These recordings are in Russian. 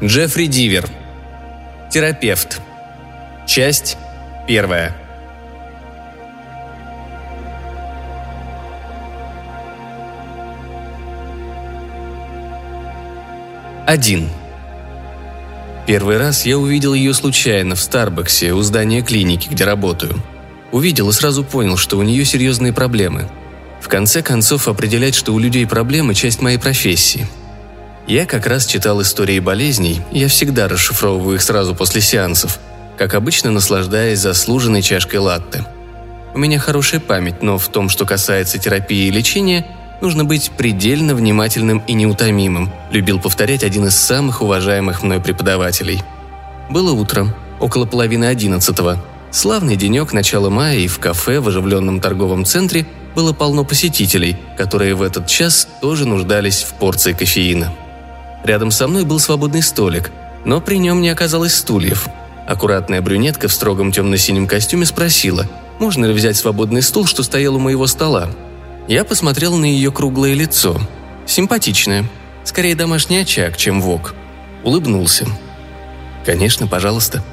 Джеффри Дивер. Терапевт. Часть 1. 1. Первый раз я увидел ее случайно в Старбаксе у здания клиники, где работаю. Увидел и сразу понял, что у нее серьезные проблемы. В конце концов, определять, что у людей проблемы – часть моей профессии. Я как раз читал истории болезней, и я всегда расшифровываю их сразу после сеансов, как обычно наслаждаясь заслуженной чашкой латте. У меня хорошая память, но в том, что касается терапии и лечения, нужно быть предельно внимательным и неутомимым, любил повторять один из самых уважаемых мной преподавателей. Было утром, около 10:30. Славный денек, начало мая, и в кафе в оживленном торговом центре было полно посетителей, которые в этот час тоже нуждались в порции кофеина. Рядом со мной был свободный столик, но при нем не оказалось стульев. Аккуратная брюнетка в строгом темно-синем костюме спросила, можно ли взять свободный стул, что стоял у моего стола. Я посмотрел на ее круглое лицо. Симпатичное. Скорее домашний очаг, чем вок. Улыбнулся. «Конечно, пожалуйста».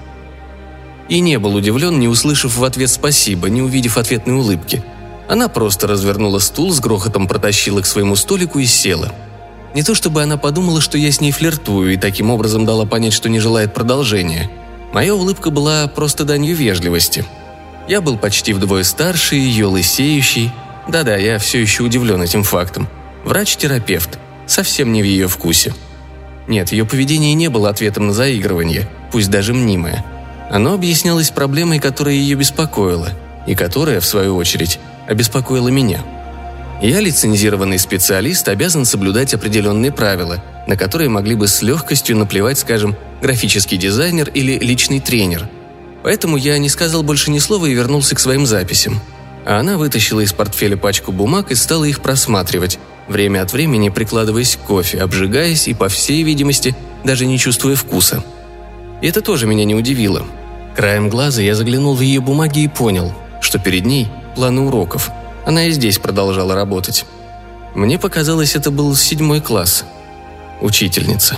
И не был удивлен, не услышав в ответ «спасибо», не увидев ответной улыбки. Она просто развернула стул, с грохотом протащила к своему столику и села. Не то чтобы она подумала, что я с ней флиртую, и таким образом дала понять, что не желает продолжения. Моя улыбка была просто данью вежливости. Я был почти вдвое старше ее, лысеющий. Да-да, я все еще удивлен этим фактом. Врач-терапевт. Совсем не в ее вкусе. Нет, ее поведение не было ответом на заигрывание, пусть даже мнимое. Оно объяснялось проблемой, которая ее беспокоила, и которая, в свою очередь, обеспокоила меня. Я, лицензированный специалист, обязан соблюдать определенные правила, на которые могли бы с легкостью наплевать, скажем, графический дизайнер или личный тренер. Поэтому я не сказал больше ни слова и вернулся к своим записям. А она вытащила из портфеля пачку бумаг и стала их просматривать, время от времени прикладываясь к кофе, обжигаясь и, по всей видимости, даже не чувствуя вкуса. И это тоже меня не удивило. Краем глаза я заглянул в ее бумаги и понял, что перед ней планы уроков. Она и здесь продолжала работать. Мне показалось, это был 7 класс. Учительница.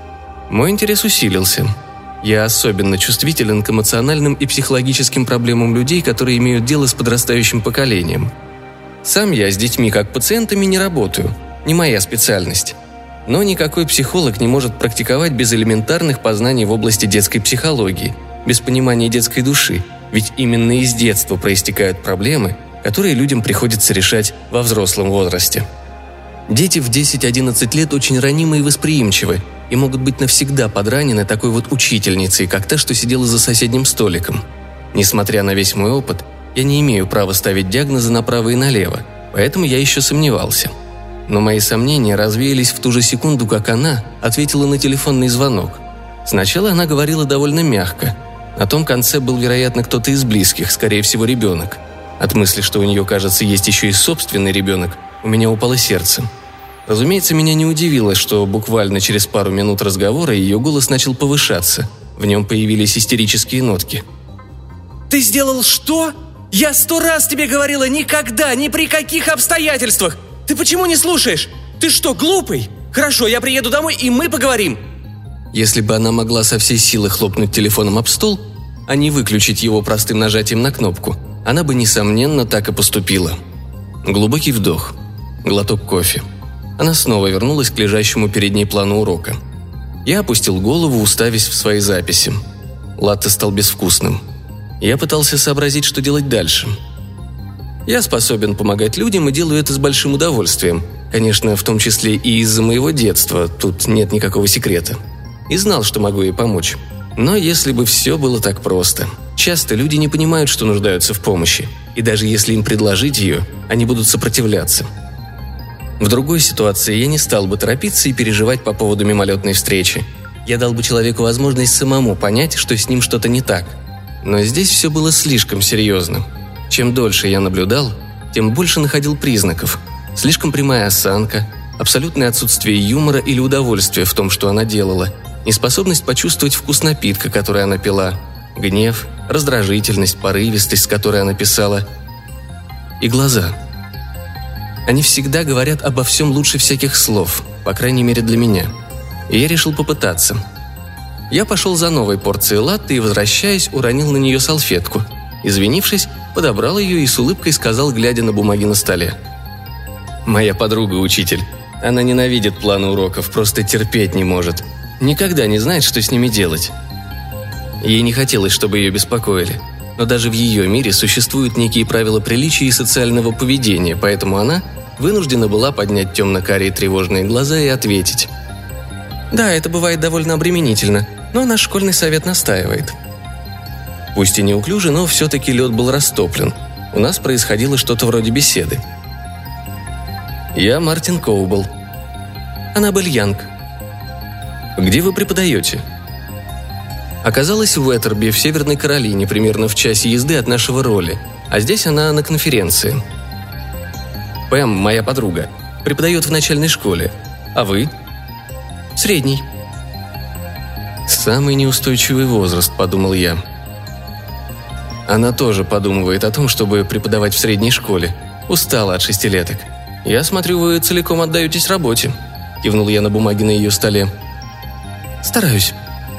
Мой интерес усилился. Я особенно чувствителен к эмоциональным и психологическим проблемам людей, которые имеют дело с подрастающим поколением. Сам я с детьми как пациентами не работаю, не моя специальность. Но никакой психолог не может практиковать без элементарных познаний в области детской психологии, без понимания детской души, ведь именно из детства проистекают проблемы, которые людям приходится решать во взрослом возрасте. Дети в 10-11 лет очень ранимы и восприимчивы, и могут быть навсегда подранены такой вот учительницей, как та, что сидела за соседним столиком. Несмотря на весь мой опыт, я не имею права ставить диагнозы направо и налево, поэтому я еще сомневался. Но мои сомнения развеялись в ту же секунду, как она ответила на телефонный звонок. Сначала она говорила довольно мягко. На том конце был, вероятно, кто-то из близких, скорее всего, ребенок. От мысли, что у нее, кажется, есть еще и собственный ребенок, у меня упало сердце. Разумеется, меня не удивило, что буквально через пару минут разговора ее голос начал повышаться. В нем появились истерические нотки. «Ты сделал что? Я 100 раз тебе говорила, никогда, ни при каких обстоятельствах! Ты почему не слушаешь? Ты что, глупый? Хорошо, я приеду домой, и мы поговорим!» Если бы она могла со всей силы хлопнуть телефоном об стол, а не выключить его простым нажатием на кнопку, она бы, несомненно, так и поступила. Глубокий вдох. Глоток кофе. Она снова вернулась к лежащему перед ней плану урока. Я опустил голову, уставясь в свои записи. Латте стал безвкусным. Я пытался сообразить, что делать дальше. Я способен помогать людям и делаю это с большим удовольствием. Конечно, в том числе и из-за моего детства, тут нет никакого секрета. И знал, что могу ей помочь. Но если бы все было так просто. Часто люди не понимают, что нуждаются в помощи. И даже если им предложить ее, они будут сопротивляться. В другой ситуации я не стал бы торопиться и переживать по поводу мимолетной встречи. Я дал бы человеку возможность самому понять, что с ним что-то не так. Но здесь все было слишком серьезно. Чем дольше я наблюдал, тем больше находил признаков. Слишком прямая осанка, абсолютное отсутствие юмора или удовольствия в том, что она делала, неспособность почувствовать вкус напитка, который она пила, гнев, раздражительность, порывистость, с которой она писала, и глаза. Они всегда говорят обо всем лучше всяких слов, по крайней мере для меня. И я решил попытаться. Я пошел за новой порцией латте и, возвращаясь, уронил на нее салфетку. Извинившись, подобрал ее и с улыбкой сказал, глядя на бумаги на столе: «Моя подруга учитель. Она ненавидит планы уроков, просто терпеть не может. Никогда не знает, что с ними делать». Ей не хотелось, чтобы ее беспокоили. Но даже в ее мире существуют некие правила приличия и социального поведения, поэтому она вынуждена была поднять темно-карие тревожные глаза и ответить: «Да, это бывает довольно обременительно, но наш школьный совет настаивает». Пусть и неуклюже, но все-таки лед был растоплен. У нас происходило что-то вроде беседы. «Я Мартин Коубл». «Аннабель Янг». «Где вы преподаете?» Оказалась в Уэттерби, в Северной Каролине, примерно в часе езды от нашего Ролли, а здесь она на конференции. «Пэм, моя подруга, преподает в начальной школе. А вы?» «Средний». «Самый неустойчивый возраст», — подумал я. Она тоже подумывает о том, чтобы преподавать в средней школе. Устала от 6-леток. «Я смотрю, вы целиком отдаетесь работе», — кивнул я на бумаге на ее столе. «Стараюсь».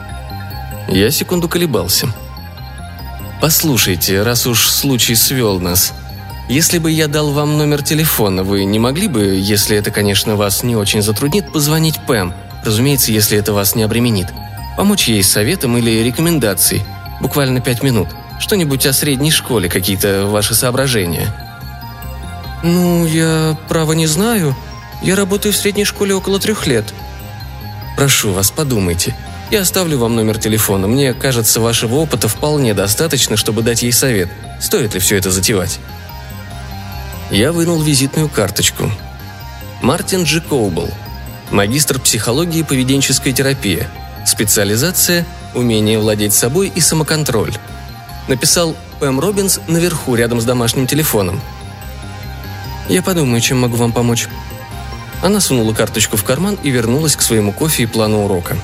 Я секунду колебался. «Послушайте, раз уж случай свел нас, если бы я дал вам номер телефона, вы не могли бы, если это, конечно, вас не очень затруднит, позвонить Пэм, разумеется, если это вас не обременит, помочь ей советом или рекомендацией, буквально 5 минут, что-нибудь о средней школе, какие-то ваши соображения?» «Ну, я, право, не знаю. Я работаю в средней школе около 3 лет». «Прошу вас, подумайте. Я оставлю вам номер телефона. Мне кажется, вашего опыта вполне достаточно, чтобы дать ей совет. Стоит ли все это затевать?» Я вынул визитную карточку. Мартин Джи Коубл. Магистр психологии и поведенческой терапии. Специализация – умение владеть собой и самоконтроль. Написал Пэм Робинс наверху, рядом с домашним телефоном. «Я подумаю, чем могу вам помочь». Она сунула карточку в карман и вернулась к своему кофе и плану урока.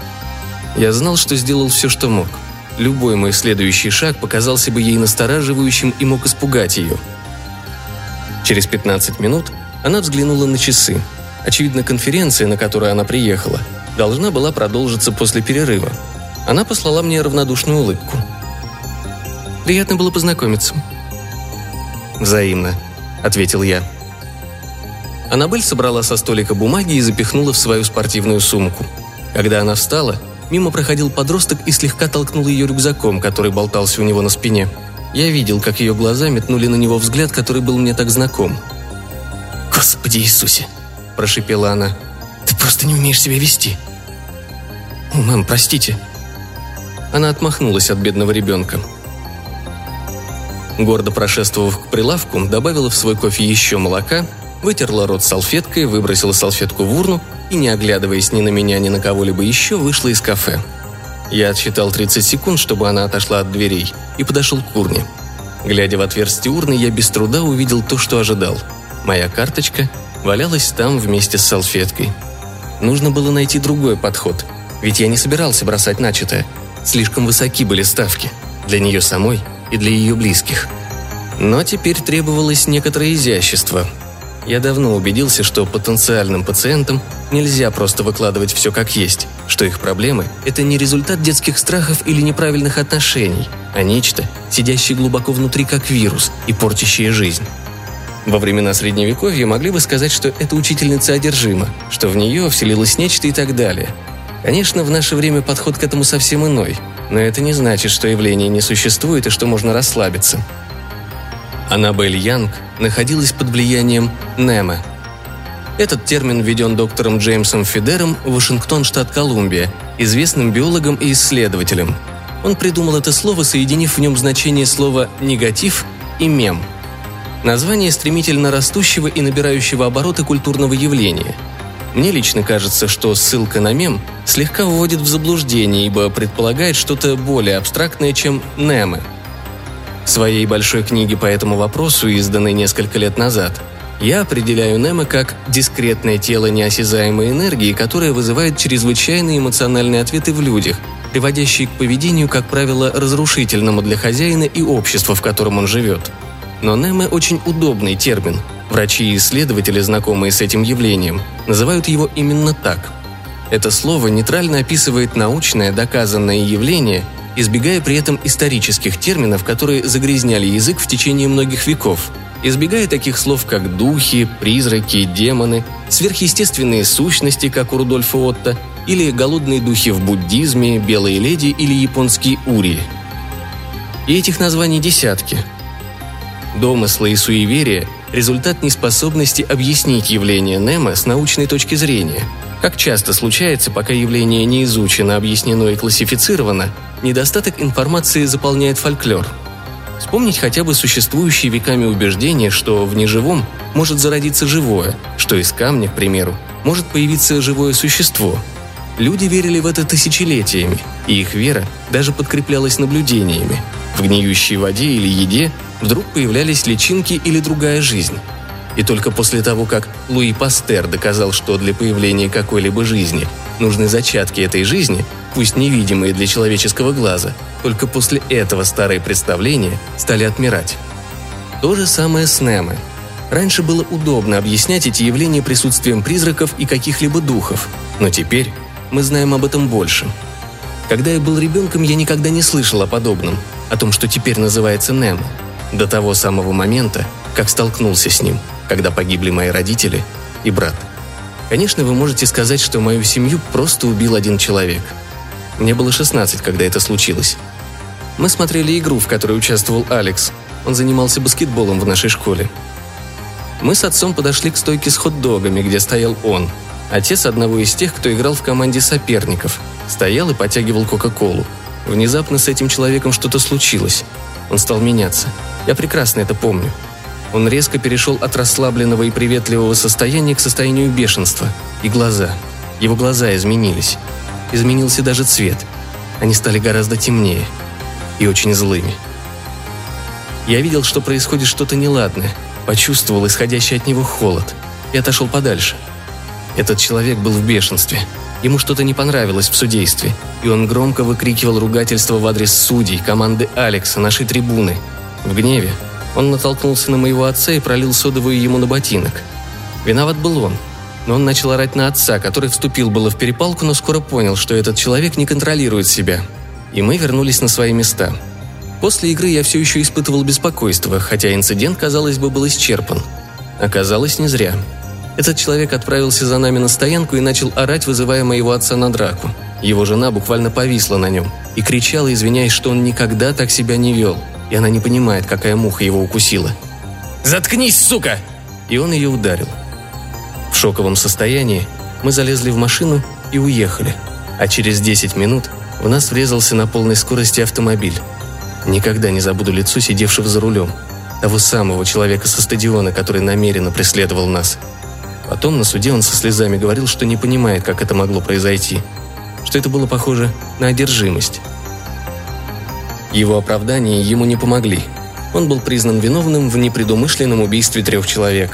Я знал, что сделал все, что мог. Любой мой следующий шаг показался бы ей настораживающим и мог испугать ее. Через 15 минут она взглянула на часы. Очевидно, конференция, на которую она приехала, должна была продолжиться после перерыва. Она послала мне равнодушную улыбку. «Приятно было познакомиться». «Взаимно», — ответил я. Аннабель собрала со столика бумаги и запихнула в свою спортивную сумку. Когда она встала, мимо проходил подросток и слегка толкнул ее рюкзаком, который болтался у него на спине. Я видел, как ее глаза метнули на него взгляд, который был мне так знаком. «Господи Иисусе!» – прошипела она. «Ты просто не умеешь себя вести!» «О, мам, простите!» Она отмахнулась от бедного ребенка. Гордо прошествовав к прилавку, добавила в свой кофе еще молока, вытерла рот салфеткой, выбросила салфетку в урну и, не оглядываясь ни на меня, ни на кого-либо еще, вышла из кафе. Я отсчитал 30 секунд, чтобы она отошла от дверей, и подошел к урне. Глядя в отверстие урны, я без труда увидел то, что ожидал. Моя карточка валялась там вместе с салфеткой. Нужно было найти другой подход, ведь я не собирался бросать начатое. Слишком высоки были ставки для нее самой и для ее близких. Но теперь требовалось некоторое изящество. Я давно убедился, что потенциальным пациентам нельзя просто выкладывать все как есть, что их проблемы – это не результат детских страхов или неправильных отношений, а нечто, сидящее глубоко внутри как вирус и портящее жизнь. Во времена Средневековья могли бы сказать, что эта учительница одержима, что в нее вселилось нечто и так далее. Конечно, в наше время подход к этому совсем иной, но это не значит, что явление не существует и что можно расслабиться. Аннабель Янг находилась под влиянием Немо. Этот термин введен доктором Джеймсом Фидером в Вашингтон, штат Колумбия, известным биологом и исследователем. Он придумал это слово, соединив в нем значение слова «негатив» и «мем». Название стремительно растущего и набирающего обороты культурного явления. Мне лично кажется, что ссылка на мем слегка вводит в заблуждение, ибо предполагает что-то более абстрактное, чем «немо». В своей большой книге по этому вопросу, изданной несколько лет назад, я определяю Немо как дискретное тело неосязаемой энергии, которое вызывает чрезвычайные эмоциональные ответы в людях, приводящие к поведению, как правило, разрушительному для хозяина и общества, в котором он живет. Но Немо очень удобный термин. Врачи и исследователи, знакомые с этим явлением, называют его именно так. Это слово нейтрально описывает научное доказанное явление, избегая при этом исторических терминов, которые загрязняли язык в течение многих веков, избегая таких слов, как духи, призраки, демоны, сверхъестественные сущности, как у Рудольфа Отто, или голодные духи в буддизме, белые леди или японские урии. И этих названий десятки. Домыслы и суеверия – результат неспособности объяснить явление Немо с научной точки зрения. Как часто случается, пока явление не изучено, объяснено и классифицировано, недостаток информации заполняет фольклор. Вспомнить хотя бы существующие веками убеждения, что в неживом может зародиться живое, что из камня, к примеру, может появиться живое существо. Люди верили в это тысячелетиями, и их вера даже подкреплялась наблюдениями. В гниющей воде или еде вдруг появлялись личинки или другая жизнь. И только после того, как Луи Пастер доказал, что для появления какой-либо жизни нужны зачатки этой жизни, пусть невидимые для человеческого глаза, только после этого старые представления стали отмирать. То же самое с Немо. Раньше было удобно объяснять эти явления присутствием призраков и каких-либо духов, но теперь мы знаем об этом больше. Когда я был ребенком, я никогда не слышал о подобном, о том, что теперь называется Немо, до того самого момента, как столкнулся с ним, когда погибли мои родители и брат. Конечно, вы можете сказать, что мою семью просто убил один человек. Мне было 16, когда это случилось. Мы смотрели игру, в которой участвовал Алекс. Он занимался баскетболом в нашей школе. Мы с отцом подошли к стойке с хот-догами, где стоял он. Отец одного из тех, кто играл в команде соперников. Стоял и потягивал Кока-Колу. Внезапно с этим человеком что-то случилось. Он стал меняться. Я прекрасно это помню. Он резко перешел от расслабленного и приветливого состояния к состоянию бешенства. И глаза. Его глаза изменились. Изменился даже цвет. Они стали гораздо темнее. И очень злыми. Я видел, что происходит что-то неладное. Почувствовал исходящий от него холод. И отошел подальше. Этот человек был в бешенстве. Ему что-то не понравилось в судействе. И он громко выкрикивал ругательства в адрес судей, команды Алекса, нашей трибуны. В гневе он натолкнулся на моего отца и пролил содовую ему на ботинок. Виноват был он, но он начал орать на отца, который вступил было в перепалку, но скоро понял, что этот человек не контролирует себя. И мы вернулись на свои места. После игры я все еще испытывал беспокойство, хотя инцидент, казалось бы, был исчерпан. Оказалось, не зря. Этот человек отправился за нами на стоянку и начал орать, вызывая моего отца на драку. Его жена буквально повисла на нем и кричала, извиняясь, что он никогда так себя не вел, и она не понимает, какая муха его укусила. «Заткнись, сука!» И он ее ударил. В шоковом состоянии мы залезли в машину и уехали, а через 10 минут в нас врезался на полной скорости автомобиль. Никогда не забуду лицо сидевшего за рулем, того самого человека со стадиона, который намеренно преследовал нас. Потом на суде он со слезами говорил, что не понимает, как это могло произойти, что это было похоже на одержимость. Его оправдания ему не помогли. Он был признан виновным в непредумышленном убийстве 3 человек.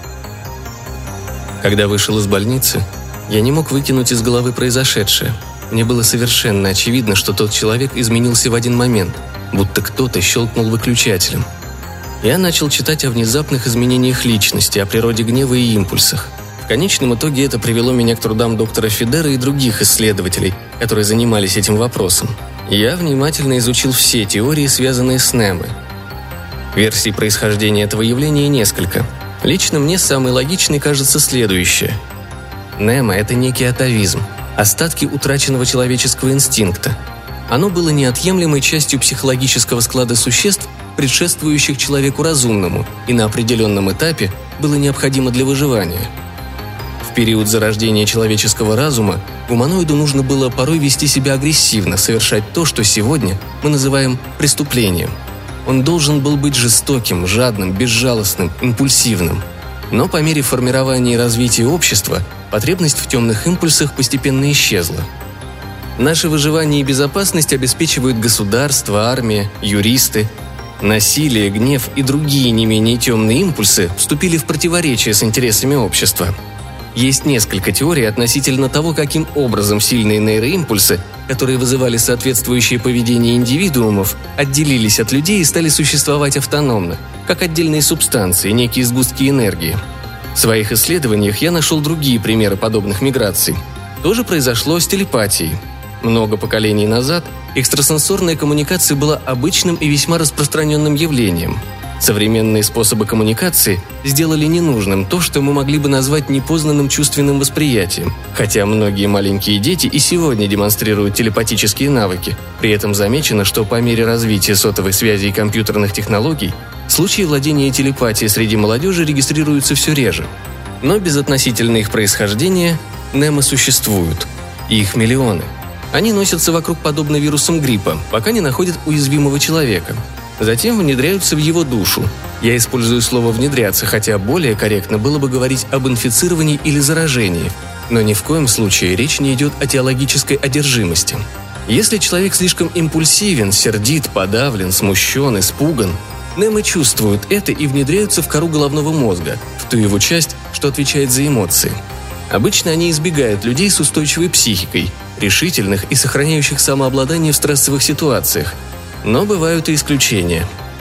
Когда вышел из больницы, я не мог выкинуть из головы произошедшее. Мне было совершенно очевидно, что тот человек изменился в один момент, будто кто-то щелкнул выключателем. Я начал читать о внезапных изменениях личности, о природе гнева и импульсах. В конечном итоге это привело меня к трудам доктора Фидера и других исследователей, которые занимались этим вопросом. Я внимательно изучил все теории, связанные с Немо. Версий происхождения этого явления несколько. Лично мне самой логичной кажется следующее. Немо – это некий атовизм, остатки утраченного человеческого инстинкта. Оно было неотъемлемой частью психологического склада существ, предшествующих человеку разумному, и на определенном этапе было необходимо для выживания. В период зарождения человеческого разума гуманоиду нужно было порой вести себя агрессивно, совершать то, что сегодня мы называем преступлением. Он должен был быть жестоким, жадным, безжалостным, импульсивным. Но по мере формирования и развития общества потребность в темных импульсах постепенно исчезла. Наше выживание и безопасность обеспечивают государство, армия, юристы. Насилие, гнев и другие не менее темные импульсы вступили в противоречие с интересами общества. Есть несколько теорий относительно того, каким образом сильные нейроимпульсы, которые вызывали соответствующее поведение индивидуумов, отделились от людей и стали существовать автономно, как отдельные субстанции, некие сгустки энергии. В своих исследованиях я нашел другие примеры подобных миграций. То же произошло с телепатией. Много поколений назад экстрасенсорная коммуникация была обычным и весьма распространенным явлением. Современные способы коммуникации сделали ненужным то, что мы могли бы назвать непознанным чувственным восприятием, хотя многие маленькие дети и сегодня демонстрируют телепатические навыки. При этом замечено, что по мере развития сотовой связи и компьютерных технологий случаи владения телепатией среди молодежи регистрируются все реже. Но безотносительно их происхождения немо существуют. И их миллионы. Они носятся вокруг подобно вирусам гриппа, пока не находят уязвимого человека. Затем внедряются в его душу. Я использую слово «внедряться», хотя более корректно было бы говорить об инфицировании или заражении. Но ни в коем случае речь не идет о теологической одержимости. Если человек слишком импульсивен, сердит, подавлен, смущен, испуган, немо чувствуют это и внедряются в кору головного мозга, в ту его часть, что отвечает за эмоции. Обычно они избегают людей с устойчивой психикой, решительных и сохраняющих самообладание в стрессовых ситуациях. Но бывают и исключения.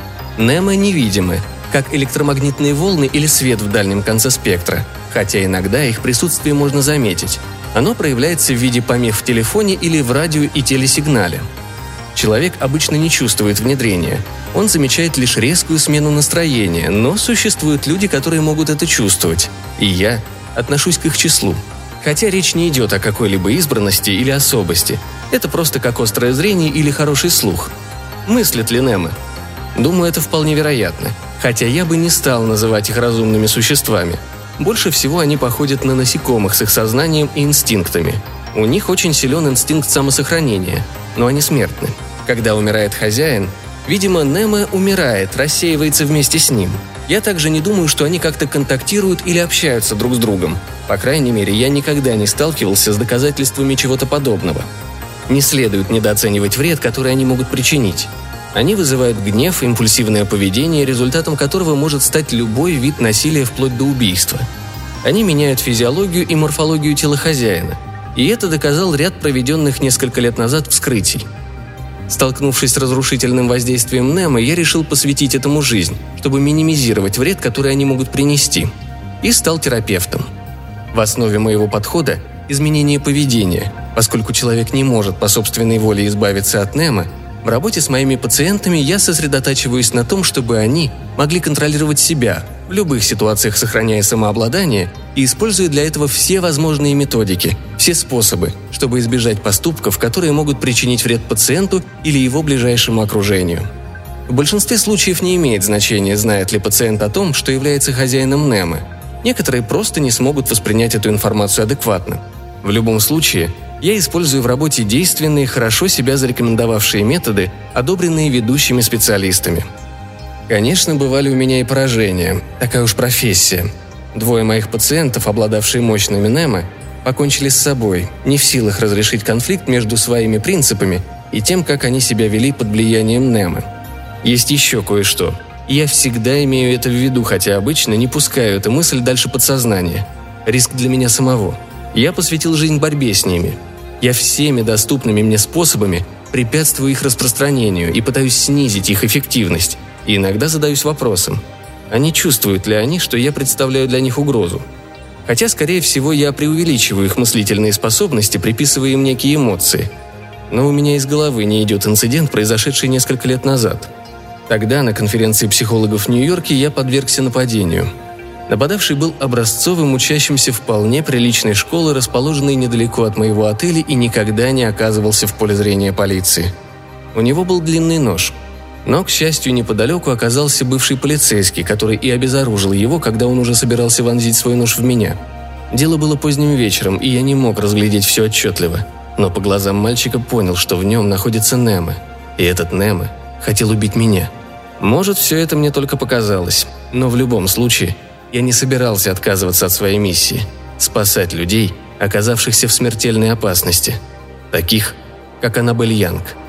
Немо невидимы, как электромагнитные волны или свет в дальнем конце спектра, хотя иногда их присутствие можно заметить. Оно проявляется в виде помех в телефоне или в радио и телесигнале. Человек обычно не чувствует внедрения. Он замечает лишь резкую смену настроения, но существуют люди, которые могут это чувствовать. И я отношусь к их числу. Хотя речь не идет о какой-либо избранности или особости. Это просто как острое зрение или хороший слух. Мыслят ли немо? Думаю, это вполне вероятно. Хотя я бы не стал называть их разумными существами. Больше всего они походят на насекомых с их сознанием и инстинктами. У них очень силен инстинкт самосохранения, но они смертны. Когда умирает хозяин, видимо, немо умирает, рассеивается вместе с ним. Я также не думаю, что они как-то контактируют или общаются друг с другом. По крайней мере, я никогда не сталкивался с доказательствами чего-то подобного. Не следует недооценивать вред, который они могут причинить. Они вызывают гнев, импульсивное поведение, результатом которого может стать любой вид насилия вплоть до убийства. Они меняют физиологию и морфологию тела хозяина. И это доказал ряд проведенных несколько лет назад вскрытий. Столкнувшись с разрушительным воздействием немо, я решил посвятить этому жизнь, чтобы минимизировать вред, который они могут принести. И стал терапевтом. В основе моего подхода – изменение поведения. Поскольку человек не может по собственной воле избавиться от немо, в работе с моими пациентами я сосредотачиваюсь на том, чтобы они могли контролировать себя, в любых ситуациях сохраняя самообладание и используя для этого все возможные методики, все способы, чтобы избежать поступков, которые могут причинить вред пациенту или его ближайшему окружению. В большинстве случаев не имеет значения, знает ли пациент о том, что является хозяином немо. Некоторые просто не смогут воспринять эту информацию адекватно. В любом случае, я использую в работе действенные, хорошо себя зарекомендовавшие методы, одобренные ведущими специалистами. Конечно, бывали у меня и поражения. Такая уж профессия. 2 моих пациентов, обладавшие мощными немо, покончили с собой, не в силах разрешить конфликт между своими принципами и тем, как они себя вели под влиянием немо. Есть еще кое-что. Я всегда имею это в виду, хотя обычно не пускаю эту мысль дальше подсознания. Риск для меня самого. Я посвятил жизнь борьбе с ними. Я всеми доступными мне способами препятствую их распространению и пытаюсь снизить их эффективность. И иногда задаюсь вопросом, а не чувствуют ли они, что я представляю для них угрозу? Хотя, скорее всего, я преувеличиваю их мыслительные способности, приписывая им некие эмоции. Но у меня из головы не идет инцидент, произошедший несколько лет назад. Тогда на конференции психологов в Нью-Йорке я подвергся нападению. Нападавший был образцовым учащимся вполне приличной школы, расположенной недалеко от моего отеля, и никогда не оказывался в поле зрения полиции. У него был длинный нож. Но, к счастью, неподалеку оказался бывший полицейский, который и обезоружил его, когда он уже собирался вонзить свой нож в меня. Дело было поздним вечером, и я не мог разглядеть все отчетливо. Но по глазам мальчика понял, что в нем находится немо. И этот немо хотел убить меня. Может, все это мне только показалось, но в любом случае я не собирался отказываться от своей миссии – спасать людей, оказавшихся в смертельной опасности, таких, как Аннабель Янг.